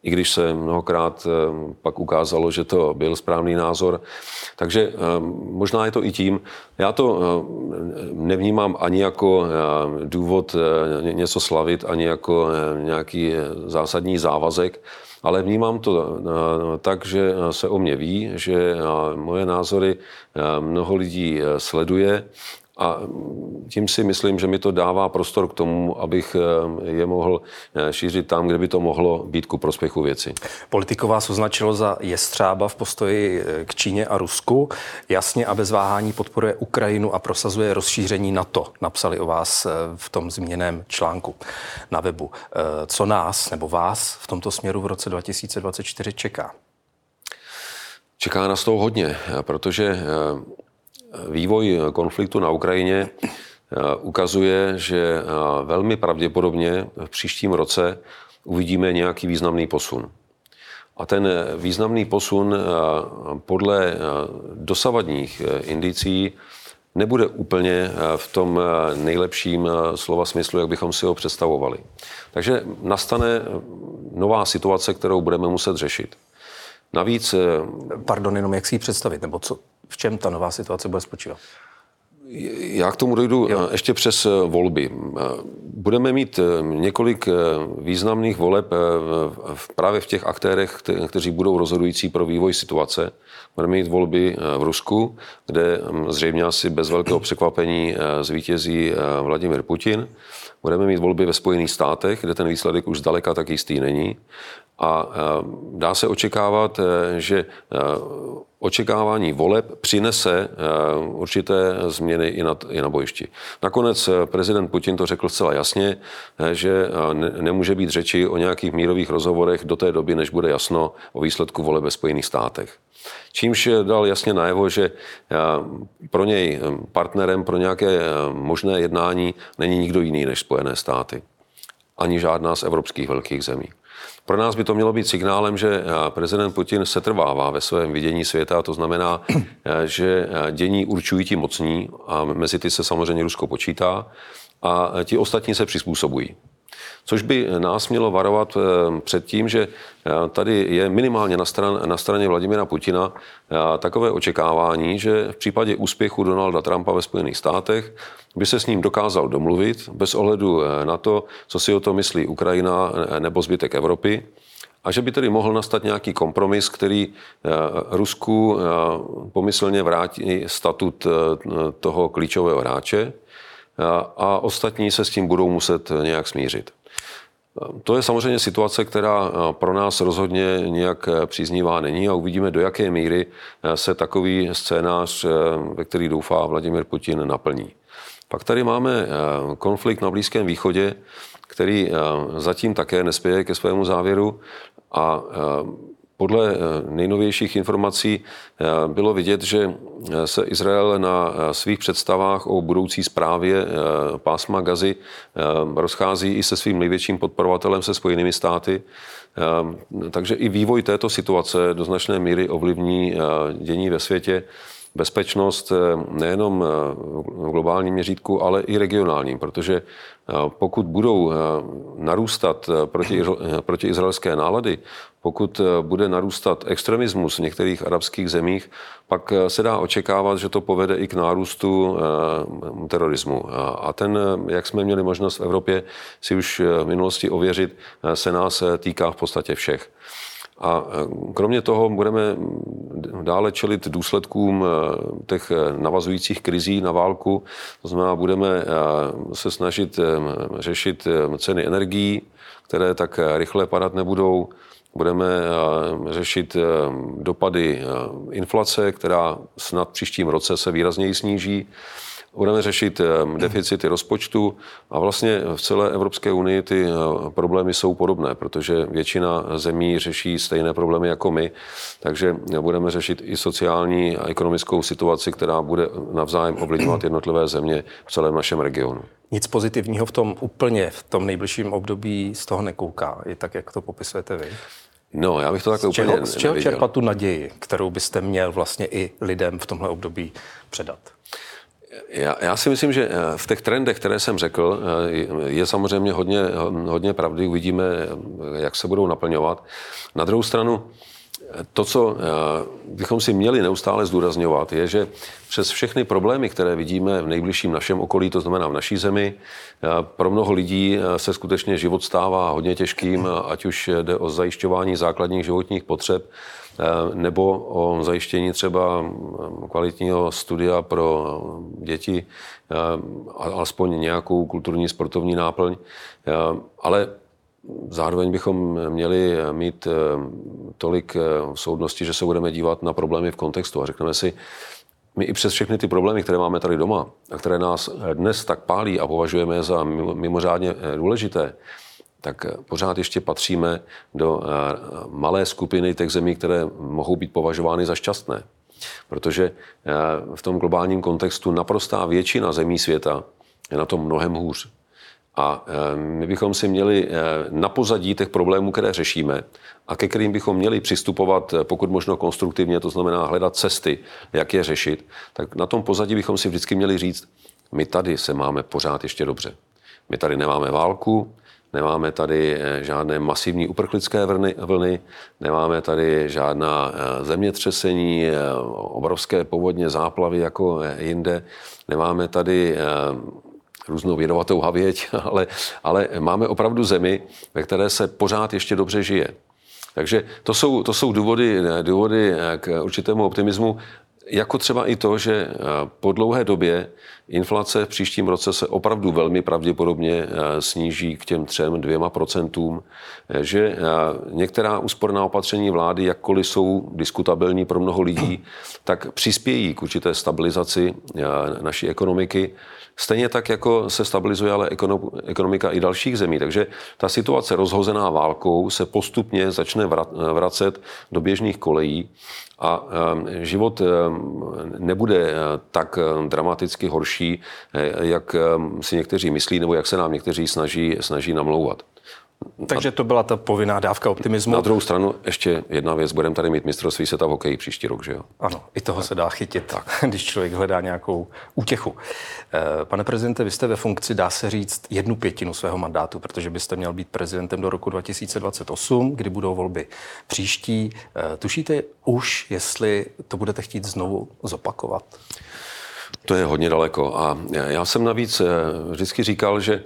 i když se mnohokrát pak ukázalo, že to byl správný názor. Takže možná je to i tím. Já to nevnímám ani jako důvod něco slavit, ani jako nějaký zásadní závazek, ale vnímám to tak, že se o mě ví, že moje názory mnoho lidí sleduje a tím si myslím, že mi to dává prostor k tomu, abych je mohl šířit tam, kde by to mohlo být ku prospěchu věci. Politico vás označilo za jestřába v postoji k Číně a Rusku. Jasně a bez váhání podporuje Ukrajinu a prosazuje rozšíření NATO. Napsali o vás v tom zmíněném článku na webu. Co nás nebo vás v tomto směru v roce 2024 čeká? Čeká nás toho hodně, protože vývoj konfliktu na Ukrajině ukazuje, že velmi pravděpodobně v příštím roce uvidíme nějaký významný posun. A ten významný posun podle dosavadních indicí nebude úplně v tom nejlepším slova smyslu, jak bychom si ho představovali. Takže nastane nová situace, kterou budeme muset řešit. Navíc... Pardon, jenom jak si ji představit, nebo v čem ta nová situace bude spočívat? Já k tomu dojdu ještě přes volby. Budeme mít několik významných voleb právě v těch aktérech, kteří budou rozhodující pro vývoj situace. Budeme mít volby v Rusku, kde zřejmě asi bez velkého překvapení zvítězí Vladimir Putin. Budeme mít volby ve Spojených státech, kde ten výsledek už zdaleka tak jistý není. A dá se očekávat, že očekávání voleb přinese určité změny i na bojišti. Nakonec prezident Putin to řekl zcela jasně, že nemůže být řeči o nějakých mírových rozhovorech do té doby, než bude jasno o výsledku voleb ve Spojených státech. Čímž dal jasně najevo, že pro něj partnerem pro nějaké možné jednání není nikdo jiný než Spojené státy. Ani žádná z evropských velkých zemí. Pro nás by to mělo být signálem, že prezident Putin setrvává ve svém vidění světa, to znamená, že dění určují ti mocní a mezi ty se samozřejmě Rusko počítá a ti ostatní se přizpůsobují. Což by nás mělo varovat před tím, že tady je minimálně na straně Vladimira Putina takové očekávání, že v případě úspěchu Donalda Trumpa ve Spojených státech by se s ním dokázal domluvit bez ohledu na to, co si o to myslí Ukrajina nebo zbytek Evropy, a že by tedy mohl nastat nějaký kompromis, který Rusku pomyslně vrátí statut toho klíčového hráče a ostatní se s tím budou muset nějak smířit. To je samozřejmě situace, která pro nás rozhodně nějak příznivá není a uvidíme, do jaké míry se takový scénář, ve který doufá Vladimir Putin, naplní. Pak tady máme konflikt na Blízkém východě, který zatím také nespěje ke svému závěru a podle nejnovějších informací bylo vidět, že se Izrael na svých představách o budoucí správě pásma Gazy rozchází i se svým největším podporovatelem, se Spojenými státy. Takže i vývoj této situace do značné míry ovlivní dění ve světě. Bezpečnost nejenom v globálním měřítku, ale i regionálním, protože pokud budou narůstat protiizraelské nálady, pokud bude narůstat extremismus v některých arabských zemích, pak se dá očekávat, že to povede i k nárůstu terorismu. A ten, jak jsme měli možnost v Evropě si už v minulosti ověřit, se nás týká v podstatě všech. A kromě toho budeme dále čelit důsledkům těch navazujících krizí na válku. To znamená, budeme se snažit řešit ceny energií, které tak rychle padat nebudou. Budeme řešit dopady inflace, která snad v příštím roce se výrazněji sníží. Budeme řešit deficity rozpočtu a vlastně v celé Evropské unii ty problémy jsou podobné, protože většina zemí řeší stejné problémy jako my, takže budeme řešit i sociální a ekonomickou situaci, která bude navzájem ovlivňovat jednotlivé země v celém našem regionu. Nic pozitivního v tom nejbližším období z toho nekouká, i tak, jak to popisujete vy? No, já bych to takhle úplně neviděl. Z čeho čerpat tu naději, kterou byste měl vlastně i lidem v tomhle období předat? Já si myslím, že v těch trendech, které jsem řekl, je samozřejmě hodně pravdy. Uvidíme, jak se budou naplňovat. Na druhou stranu, to, co bychom si měli neustále zdůrazňovat, je, že přes všechny problémy, které vidíme v nejbližším našem okolí, to znamená v naší zemi, pro mnoho lidí se skutečně život stává hodně těžkým, ať už jde o zajišťování základních životních potřeb, nebo o zajištění třeba kvalitního studia pro děti, alespoň nějakou kulturní, sportovní náplň. Ale zároveň bychom měli mít tolik soudnosti, že se budeme dívat na problémy v kontextu a řekneme si, my i přes všechny ty problémy, které máme tady doma a které nás dnes tak pálí a považujeme za mimořádně důležité, tak pořád ještě patříme do malé skupiny těch zemí, které mohou být považovány za šťastné. Protože v tom globálním kontextu naprostá většina zemí světa je na tom mnohem hůř. A my bychom si měli na pozadí těch problémů, které řešíme a ke kterým bychom měli přistupovat pokud možno konstruktivně, to znamená hledat cesty, jak je řešit, tak na tom pozadí bychom si vždycky měli říct, my tady se máme pořád ještě dobře. My tady nemáme válku, nemáme tady žádné masivní uprchlické vlny, nemáme tady žádná zemětřesení, obrovské povodně, záplavy jako jinde, nemáme tady různou jedovatou havěť, ale máme opravdu zemi, ve které se pořád ještě dobře žije. Takže to jsou důvody k určitému optimismu, jako třeba i to, že po dlouhé době inflace v příštím roce se opravdu velmi pravděpodobně sníží k těm 3-2%, že některá úsporná opatření vlády, jakkoliv jsou diskutabilní pro mnoho lidí, tak přispějí k určité stabilizaci naší ekonomiky. Stejně tak, jako se stabilizuje ale ekonomika i dalších zemí. Takže ta situace rozhozená válkou se postupně začne vracet do běžných kolejí a život nebude tak dramaticky horší, jak si někteří myslí, nebo jak se nám někteří snaží namlouvat. Takže to byla ta povinná dávka optimismu. Na druhou stranu ještě jedna věc, budeme tady mít mistrovství světa v hokeji příští rok, že jo? Ano, i toho se dá chytit, tak, když člověk hledá nějakou útěchu. Pane prezidente, vy jste ve funkci, dá se říct, 1/5 svého mandátu, protože byste měl být prezidentem do roku 2028, kdy budou volby příští. Tušíte už, jestli to budete chtít znovu zopakovat? To je hodně daleko a já jsem navíc vždycky říkal, že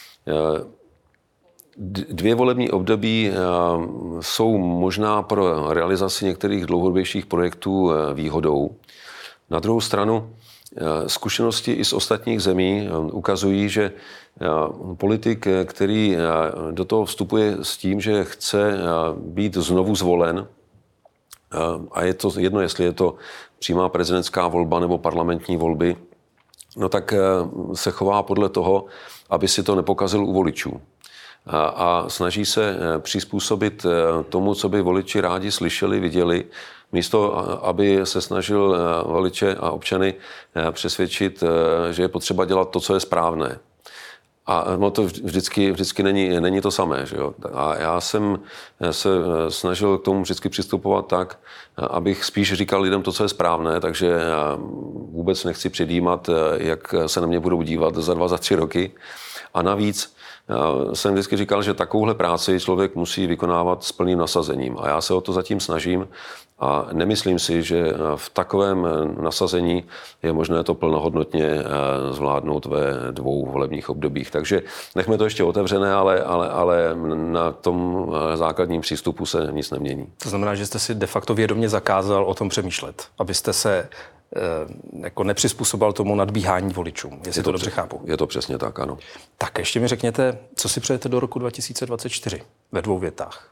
2 volební období jsou možná pro realizaci některých dlouhodobějších projektů výhodou. Na druhou stranu zkušenosti i z ostatních zemí ukazují, že politik, který do toho vstupuje s tím, že chce být znovu zvolen, a je to jedno, jestli je to přímá prezidentská volba nebo parlamentní volby, no tak se chová podle toho, aby si to nepokazil u voličů. A snaží se přizpůsobit tomu, co by voliči rádi slyšeli, viděli, místo aby se snažil voliče a občany přesvědčit, že je potřeba dělat to, co je správné. A to vždycky není to samé. Že jo? A já jsem se snažil k tomu vždycky přistupovat tak, abych spíš říkal lidem to, co je správné, takže já vůbec nechci předjímat, jak se na mě budou dívat za 2, za 3 roky. A navíc jsem vždycky říkal, že takovouhle práci člověk musí vykonávat s plným nasazením. A já se o to zatím snažím a nemyslím si, že v takovém nasazení je možné to plnohodnotně zvládnout ve 2 volebních obdobích. Takže nechme to ještě otevřené, ale na tom základním přístupu se nic nemění. To znamená, že jste si de facto vědomě zakázal o tom přemýšlet, abyste se jako nepřizpůsobil tomu nadbíhání voličům, jestli to dobře chápu. Je to přesně tak, ano. Tak ještě mi řekněte, co si přejete do roku 2024 ve 2 větách?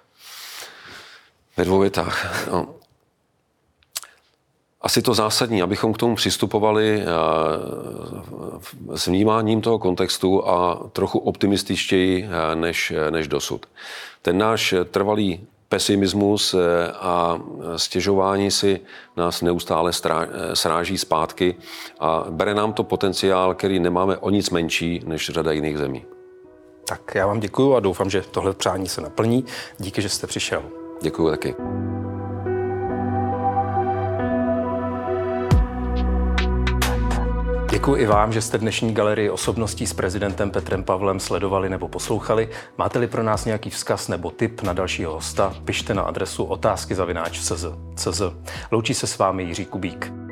Ve 2 větách. No. Asi to zásadní, abychom k tomu přistupovali s vnímáním toho kontextu a trochu optimističtěji než dosud. Ten náš trvalý pesimismus a stěžování si nás neustále sráží zpátky a bere nám to potenciál, který nemáme o nic menší než řada jiných zemí. Tak já vám děkuju a doufám, že tohle přání se naplní. Díky, že jste přišel. Děkuju taky. Děkuji i vám, že jste dnešní galerii osobností s prezidentem Petrem Pavlem sledovali nebo poslouchali. Máte-li pro nás nějaký vzkaz nebo tip na dalšího hosta, pište na adresu otázky@cz. Loučí se s vámi Jiří Kubík.